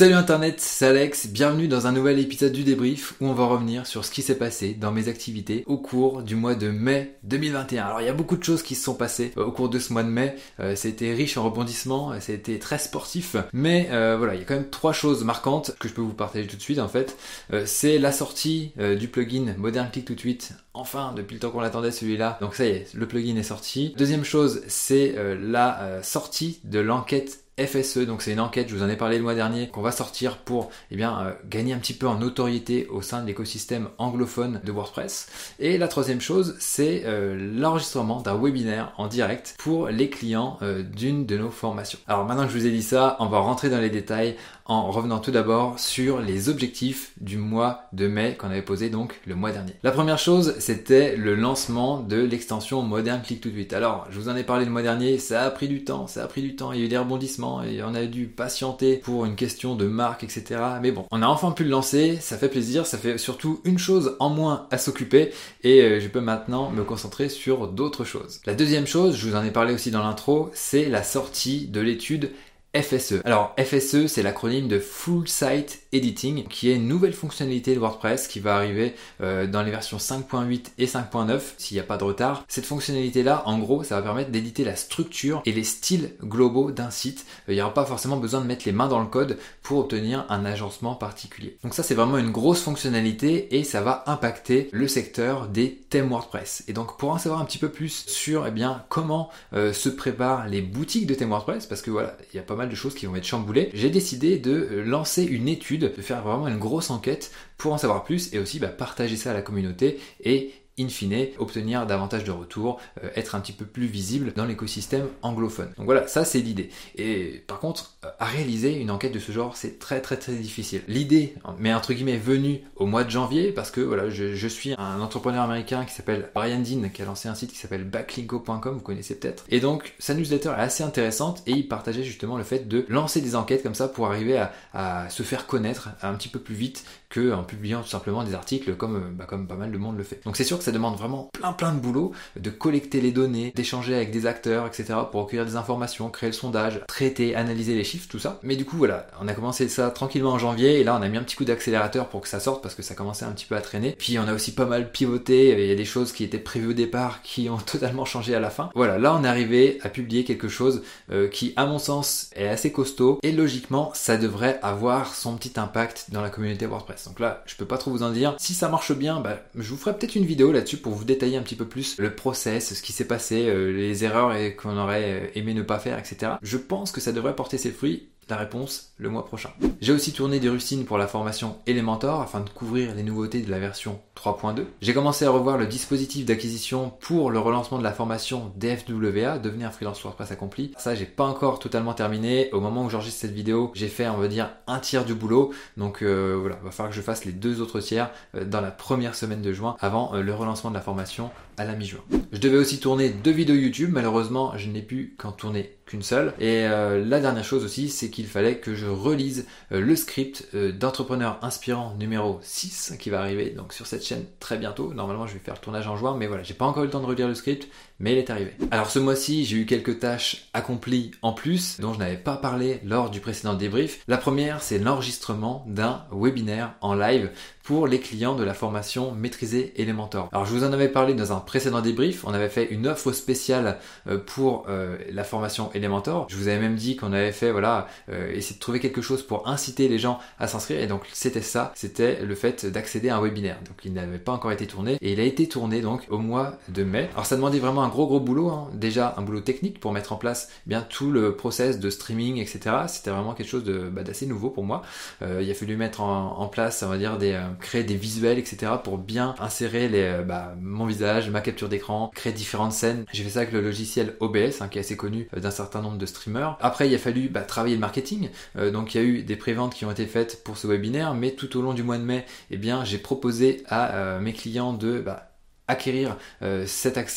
Salut Internet, c'est Alex, bienvenue dans un nouvel épisode du débrief où on va revenir sur ce qui s'est passé dans mes activités au cours du mois de mai 2021. Alors il y a beaucoup de choses qui se sont passées au cours de ce mois de mai, c'était riche en rebondissements, c'était très sportif, mais voilà, il y a quand même 3 choses marquantes que je peux vous partager tout de suite en fait. C'est la sortie du plugin Modern Click to Tweet, enfin depuis le temps qu'on l'attendait celui-là, donc ça y est, le plugin est sorti. Deuxième chose, c'est la sortie de l'enquête FSE, donc c'est une enquête, je vous en ai parlé le mois dernier, qu'on va sortir pour gagner un petit peu en notoriété au sein de l'écosystème anglophone de WordPress. Et la troisième chose, c'est l'enregistrement d'un webinaire en direct pour les clients d'une de nos formations. Alors maintenant que je vous ai dit ça, on va rentrer dans les détails en revenant tout d'abord sur les objectifs du mois de mai qu'on avait posé donc le mois dernier. La première chose, c'était le lancement de l'extension Modern Click to Tweet. Alors, je vous en ai parlé le mois dernier, ça a pris du temps, il y a eu des rebondissements et on a dû patienter pour une question de marque, etc. Mais bon, on a enfin pu le lancer, ça fait plaisir, ça fait surtout une chose en moins à s'occuper et je peux maintenant me concentrer sur d'autres choses. La deuxième chose, je vous en ai parlé aussi dans l'intro, c'est la sortie de l'étude FSE. Alors FSE, c'est l'acronyme de Full Site Editing, qui est une nouvelle fonctionnalité de WordPress qui va arriver dans les versions 5.8 et 5.9 s'il n'y a pas de retard. Cette fonctionnalité-là, en gros, ça va permettre d'éditer la structure et les styles globaux d'un site. Il n'y aura pas forcément besoin de mettre les mains dans le code pour obtenir un agencement particulier. Donc ça, c'est vraiment une grosse fonctionnalité et ça va impacter le secteur des thèmes WordPress. Et donc pour en savoir un petit peu plus sur comment se préparent les boutiques de thèmes WordPress, parce que voilà, il y a pas mal de choses qui vont être chamboulées, j'ai décidé de lancer une étude, de faire vraiment une grosse enquête pour en savoir plus et aussi partager ça à la communauté et in fine, obtenir davantage de retours, être un petit peu plus visible dans l'écosystème anglophone. Donc voilà, ça c'est l'idée. Et par contre, à réaliser une enquête de ce genre, c'est très difficile. L'idée, mais entre guillemets, venue au mois de janvier, parce que voilà, je suis un entrepreneur américain qui s'appelle Brian Dean, qui a lancé un site qui s'appelle backlinko.com, vous connaissez peut-être. Et donc, sa newsletter est assez intéressante et il partageait justement le fait de lancer des enquêtes comme ça pour arriver à se faire connaître un petit peu plus vite qu'en publiant tout simplement des articles comme pas mal de monde le fait. Donc c'est sûr que ça demande vraiment plein de boulot, de collecter les données, d'échanger avec des acteurs, etc. pour recueillir des informations, créer le sondage, traiter, analyser les chiffres, tout ça. Mais du coup voilà, on a commencé ça tranquillement en janvier et là on a mis un petit coup d'accélérateur pour que ça sorte parce que ça commençait un petit peu à traîner. Puis on a aussi pas mal pivoté, il y a des choses qui étaient prévues au départ qui ont totalement changé à la fin. Voilà, là on est arrivé à publier quelque chose qui à mon sens est assez costaud et logiquement ça devrait avoir son petit impact dans la communauté WordPress. Donc là, je peux pas trop vous en dire. Si ça marche bien, je vous ferai peut-être une vidéo là-dessus pour vous détailler un petit peu plus le process, ce qui s'est passé, les erreurs qu'on aurait aimé ne pas faire, etc. Je pense que ça devrait porter ses fruits. La réponse le mois prochain. J'ai aussi tourné des rustines pour la formation Elementor afin de couvrir les nouveautés de la version 3.2. J'ai commencé à revoir le dispositif d'acquisition pour le relancement de la formation DFWA, devenir freelance WordPress accompli. Ça, j'ai pas encore totalement terminé. Au moment où j'enregistre cette vidéo, j'ai fait, on va dire, un tiers du boulot. Donc voilà, va falloir que je fasse les 2 autres tiers dans la première semaine de juin avant le relancement de la formation à la mi-juin. Je devais aussi tourner 2 vidéos YouTube. Malheureusement, je n'ai pu qu'en tourner qu'une seule. Et la dernière chose aussi, c'est qu'il fallait que je relise le script d'entrepreneur inspirant numéro 6 qui va arriver donc sur cette chaîne très bientôt. Normalement, je vais faire le tournage en juin, mais voilà, j'ai pas encore eu le temps de relire le script, mais il est arrivé. Alors ce mois-ci, j'ai eu quelques tâches accomplies en plus dont je n'avais pas parlé lors du précédent débrief. La première, c'est l'enregistrement d'un webinaire en live pour les clients de la formation Maîtriser Elementor. Alors je vous en avais parlé dans un précédent débrief, on avait fait une offre spéciale pour la formation Elementor. Je vous avais même dit qu'on avait fait essayer de trouver quelque chose pour inciter les gens à s'inscrire et donc c'était ça, c'était le fait d'accéder à un webinaire. Donc il n'avait pas encore été tourné et il a été tourné donc au mois de mai. Alors ça demandait vraiment un gros boulot, hein. Déjà un boulot technique pour mettre en place bien tout le process de streaming, etc. C'était vraiment quelque chose d'assez nouveau pour moi. Il a fallu mettre en place, on va dire, créer des visuels, etc. pour bien insérer mon visage, ma capture d'écran, créer différentes scènes. J'ai fait ça avec le logiciel OBS, qui est assez connu d'un certain nombre de streamers. Après, il a fallu travailler le marketing. Donc, il y a eu des préventes qui ont été faites pour ce webinaire, mais tout au long du mois de mai, j'ai proposé à mes clients de acquérir cet accès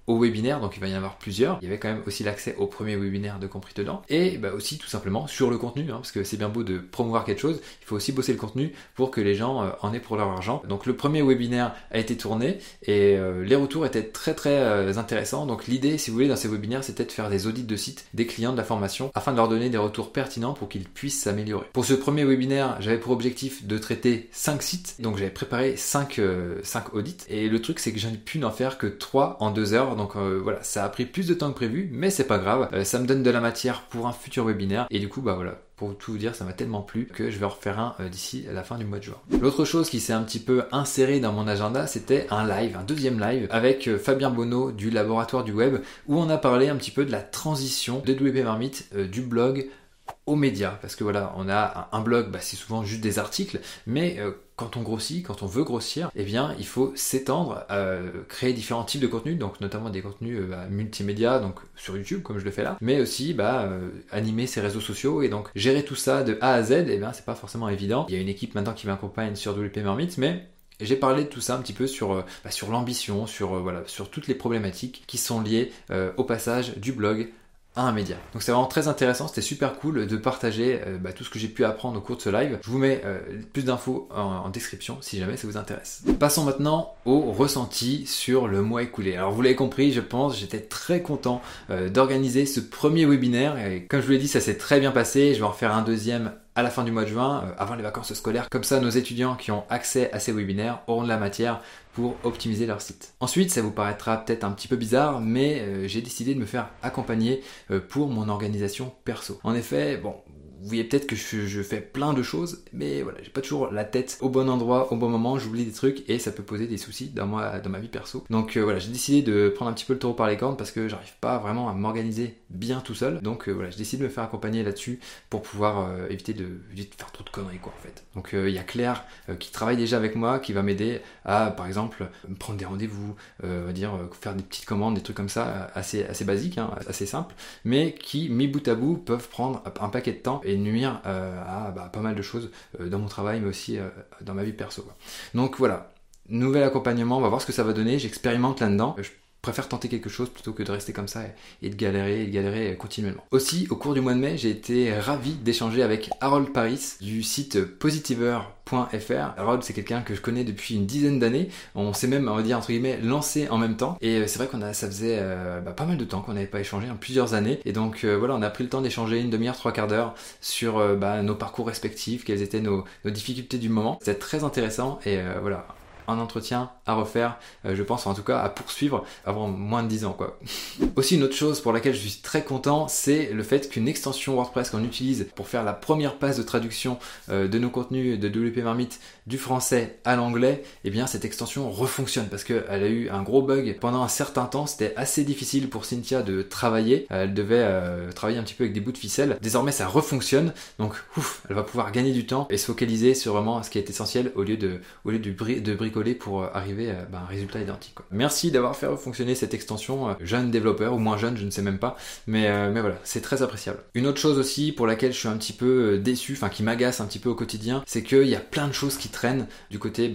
au webinaire, donc il va y en avoir plusieurs. Il y avait quand même aussi l'accès au premier webinaire de Compris dedans, et aussi tout simplement sur le contenu, parce que c'est bien beau de promouvoir quelque chose, il faut aussi bosser le contenu pour que les gens en aient pour leur argent. Donc le premier webinaire a été tourné, et les retours étaient très très intéressants. Donc l'idée, si vous voulez, dans ces webinaires, c'était de faire des audits de sites des clients de la formation, afin de leur donner des retours pertinents pour qu'ils puissent s'améliorer. Pour ce premier webinaire, j'avais pour objectif de traiter 5 sites, donc j'avais préparé 5 audits, et le truc c'est que j'en ai pu n'en faire que 3 en 2 heures, donc voilà, ça a pris plus de temps que prévu, mais c'est pas grave, ça me donne de la matière pour un futur webinaire, et du coup voilà, pour tout vous dire, ça m'a tellement plu que je vais en refaire un d'ici la fin du mois de juin. L'autre chose qui s'est un petit peu insérée dans mon agenda, c'était un deuxième live avec Fabien Bonneau du Laboratoire du Web, où on a parlé un petit peu de la transition de WP Marmite du blog aux médias, parce que voilà, on a un blog, c'est souvent juste des articles, mais quand on grossit, quand on veut grossir, eh bien il faut s'étendre, créer différents types de contenus, donc notamment des contenus multimédia, donc sur YouTube comme je le fais là, mais aussi animer ses réseaux sociaux, et donc gérer tout ça de A à Z, eh bien c'est pas forcément évident. Il y a une équipe maintenant qui m'accompagne sur WP Marmite, mais j'ai parlé de tout ça un petit peu sur l'ambition, sur toutes les problématiques qui sont liées au passage du blog à un média. Donc c'est vraiment très intéressant, c'était super cool de partager tout ce que j'ai pu apprendre au cours de ce live. Je vous mets plus d'infos en description si jamais ça vous intéresse. Passons maintenant au ressenti sur le mois écoulé. Alors vous l'avez compris, je pense, j'étais très content d'organiser ce premier webinaire, et comme je vous l'ai dit, ça s'est très bien passé. Je vais en faire un deuxième à la fin du mois de juin, avant les vacances scolaires. Comme ça, nos étudiants qui ont accès à ces webinaires auront de la matière pour optimiser leur site. Ensuite, ça vous paraîtra peut-être un petit peu bizarre, mais j'ai décidé de me faire accompagner pour mon organisation perso. En effet, vous voyez peut-être que je fais plein de choses, mais voilà, j'ai pas toujours la tête au bon endroit, au bon moment, j'oublie des trucs, et ça peut poser des soucis dans ma vie perso. Donc voilà, j'ai décidé de prendre un petit peu le taureau par les cornes, parce que j'arrive pas vraiment à m'organiser bien tout seul. Donc voilà, j'ai décidé de me faire accompagner là-dessus pour pouvoir éviter de faire trop de conneries quoi en fait. Donc il y a Claire qui travaille déjà avec moi, qui va m'aider à, par exemple, prendre des rendez-vous, faire des petites commandes, des trucs comme ça, assez basiques, assez simples, mais qui, mis bout à bout, peuvent prendre un paquet de temps et nuire à pas mal de choses dans mon travail, mais aussi dans ma vie perso, quoi. Donc voilà, nouvel accompagnement, on va voir ce que ça va donner, j'expérimente là-dedans. Je préfère tenter quelque chose plutôt que de rester comme ça et de galérer continuellement. Aussi, au cours du mois de mai, j'ai été ravi d'échanger avec Harold Paris du site positiver.fr. Harold, c'est quelqu'un que je connais depuis une dizaine d'années. On s'est même, on va dire entre guillemets, lancé en même temps. Et c'est vrai ça faisait pas mal de temps qu'on n'avait pas échangé, plusieurs années. Et donc voilà, on a pris le temps d'échanger une demi-heure, 3/4 d'heure sur nos parcours respectifs, quelles étaient nos difficultés du moment. C'était très intéressant, et voilà, un entretien à refaire, je pense, en tout cas à poursuivre avant moins de 10 ans quoi. Aussi, une autre chose pour laquelle je suis très content, c'est le fait qu'une extension WordPress qu'on utilise pour faire la première passe de traduction de nos contenus de WP Marmite du français à l'anglais, eh bien cette extension refonctionne, parce qu'elle a eu un gros bug pendant un certain temps. C'était assez difficile pour Cynthia de travailler, elle devait travailler un petit peu avec des bouts de ficelle. Désormais ça refonctionne, donc elle va pouvoir gagner du temps et se focaliser sur vraiment ce qui est essentiel, au lieu de bricoler pour arriver à un résultat identique quoi. Merci d'avoir fait fonctionner cette extension, jeune développeur ou moins jeune, je ne sais même pas, mais voilà, c'est très appréciable. Une autre chose aussi pour laquelle je suis un petit peu déçu, qui m'agace un petit peu au quotidien, c'est qu'il y a plein de choses qui traînent du côté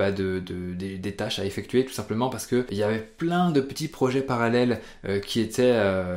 des tâches à effectuer, tout simplement parce que il y avait plein de petits projets parallèles qui étaient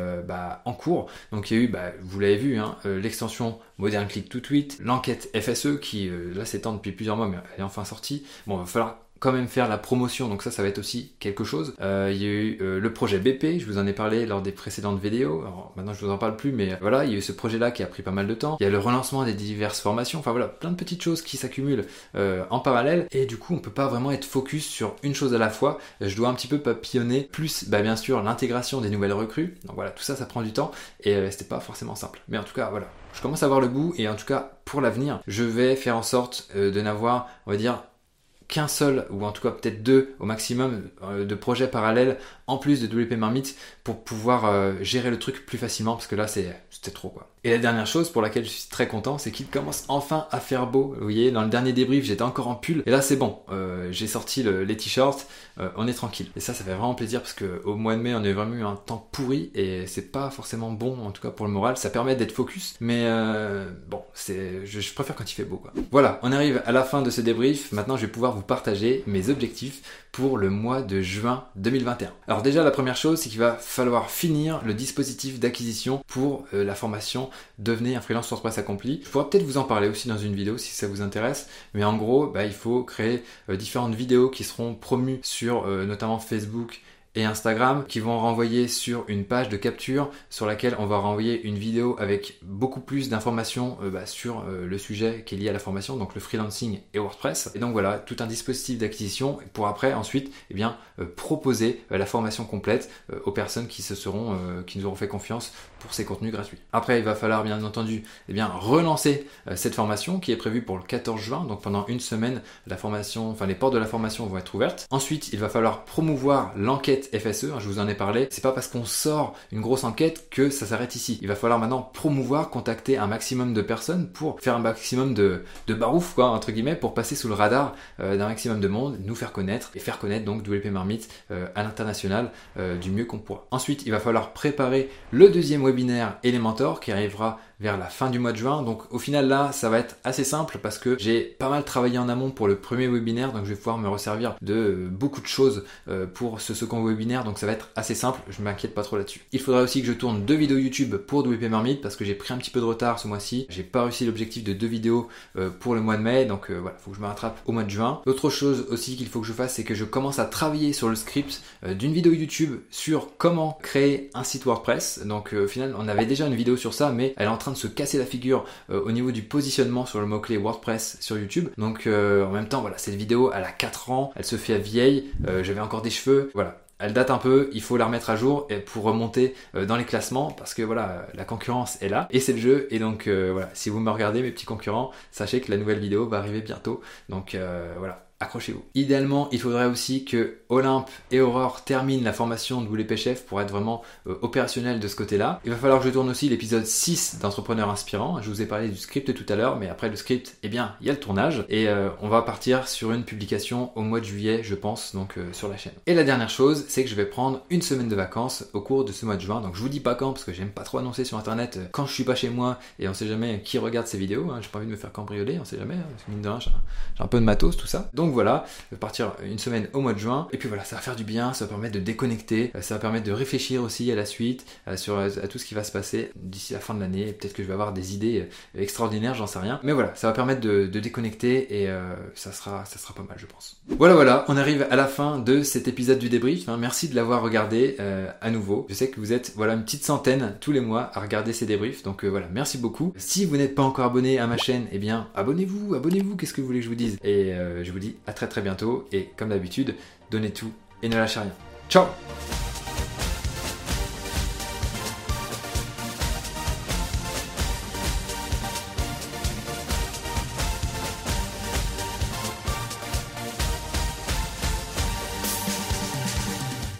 en cours. Donc il y a eu, vous l'avez vu, l'extension Modern Click to Tweet, l'enquête FSE qui là s'étend depuis plusieurs mois, mais elle est enfin sortie. Bon, il va falloir quand même faire la promotion, donc ça va être aussi quelque chose. Il y a eu le projet BP, je vous en ai parlé lors des précédentes vidéos. Alors maintenant je vous en parle plus, mais voilà, il y a eu ce projet là qui a pris pas mal de temps. Il y a le relancement des diverses formations, voilà, plein de petites choses qui s'accumulent en parallèle, et du coup on peut pas vraiment être focus sur une chose à la fois. Je dois un petit peu papillonner, plus bien sûr l'intégration des nouvelles recrues, donc voilà, tout ça prend du temps, et c'était pas forcément simple, mais en tout cas voilà, je commence à voir le bout, et en tout cas pour l'avenir je vais faire en sorte de n'avoir, on va dire, qu'un seul, ou en tout cas peut-être 2 au maximum de projets parallèles en plus de WP Marmite, pour pouvoir gérer le truc plus facilement, parce que là c'était trop quoi. Et la dernière chose pour laquelle je suis très content, c'est qu'il commence enfin à faire beau. Vous voyez, dans le dernier débrief j'étais encore en pull, et là c'est bon, j'ai sorti les t-shirts, on est tranquille. Et ça fait vraiment plaisir, parce qu'au mois de mai on a vraiment eu un temps pourri, et c'est pas forcément bon, en tout cas pour le moral. Ça permet d'être focus, mais je préfère quand il fait beau quoi. Voilà, on arrive à la fin de ce débrief. Maintenant je vais pouvoir vous partager mes objectifs pour le mois de juin 2021. Alors Alors déjà, la première chose, c'est qu'il va falloir finir le dispositif d'acquisition pour la formation Devenez un freelance WordPress accompli. Je pourrais peut-être vous en parler aussi dans une vidéo si ça vous intéresse, mais en gros, il faut créer différentes vidéos qui seront promues sur notamment Facebook et Instagram, qui vont renvoyer sur une page de capture sur laquelle on va renvoyer une vidéo avec beaucoup plus d'informations sur le sujet qui est lié à la formation, donc le freelancing et WordPress. Et donc voilà, tout un dispositif d'acquisition pour après ensuite proposer la formation complète aux personnes qui nous auront fait confiance pour ces contenus gratuits. Après, il va falloir bien entendu relancer cette formation qui est prévue pour le 14 juin, donc pendant une semaine, les portes de la formation vont être ouvertes. Ensuite, il va falloir promouvoir l'enquête FSE, je vous en ai parlé. C'est pas parce qu'on sort une grosse enquête que ça s'arrête ici. Il va falloir maintenant promouvoir, contacter un maximum de personnes pour faire un maximum de barouf, entre guillemets, pour passer sous le radar d'un maximum de monde, nous faire connaître et faire connaître donc WP Marmite à l'international du mieux qu'on pourra. Ensuite, il va falloir préparer le deuxième webinaire Elementor qui arrivera vers la fin du mois de juin. Donc au final là, ça va être assez simple parce que j'ai pas mal travaillé en amont pour le premier webinaire, donc je vais pouvoir me resservir de beaucoup de choses pour ce second webinaire, donc ça va être assez simple, je m'inquiète pas trop là-dessus. Il faudra aussi que je tourne 2 vidéos YouTube pour WP Marmite parce que j'ai pris un petit peu de retard ce mois-ci, j'ai pas réussi l'objectif de 2 vidéos pour le mois de mai, donc voilà, faut que je me rattrape au mois de juin. L'autre chose aussi qu'il faut que je fasse, c'est que je commence à travailler sur le script d'une vidéo YouTube sur comment créer un site WordPress. Donc au final, on avait déjà une vidéo sur ça, mais elle est en train de se casser la figure au niveau du positionnement sur le mot-clé WordPress sur YouTube. Donc en même temps, voilà, cette vidéo, elle a 4 ans, elle se fait vieille, j'avais encore des cheveux, voilà. Elle date un peu, il faut la remettre à jour pour remonter dans les classements parce que voilà, la concurrence est là et c'est le jeu. Et donc voilà, si vous me regardez mes petits concurrents, sachez que la nouvelle vidéo va arriver bientôt. Donc voilà. Accrochez-vous. Idéalement, il faudrait aussi que Olympe et Aurore terminent la formation de WP Chef pour être vraiment opérationnel de ce côté-là. Il va falloir que je tourne aussi l'épisode 6 d'Entrepreneur Inspirant. Je vous ai parlé du script tout à l'heure, mais après le script, il y a le tournage. Et on va partir sur une publication au mois de juillet, je pense, donc sur la chaîne. Et la dernière chose, c'est que je vais prendre une semaine de vacances au cours de ce mois de juin. Donc je vous dis pas quand, parce que j'aime pas trop annoncer sur internet quand je suis pas chez moi et on sait jamais qui regarde ces vidéos. J'ai pas envie de me faire cambrioler, on sait jamais. Mine de rien, j'ai un peu de matos, tout ça. Donc voilà, je vais partir une semaine au mois de juin. Et puis voilà, ça va faire du bien, ça va permettre de déconnecter, ça va permettre de réfléchir aussi à la suite, à tout ce qui va se passer d'ici la fin de l'année. Peut-être que je vais avoir des idées extraordinaires, j'en sais rien. Mais voilà, ça va permettre de déconnecter et ça sera pas mal, je pense. Voilà, on arrive à la fin de cet épisode du débrief. Merci de l'avoir regardé à nouveau. Je sais que vous êtes une petite centaine tous les mois à regarder ces débriefs. Donc voilà, merci beaucoup. Si vous n'êtes pas encore abonné à ma chaîne, eh bien abonnez-vous, qu'est-ce que vous voulez que je vous dise? Et je vous dis à très bientôt et comme d'habitude, donnez tout et ne lâchez rien. Ciao!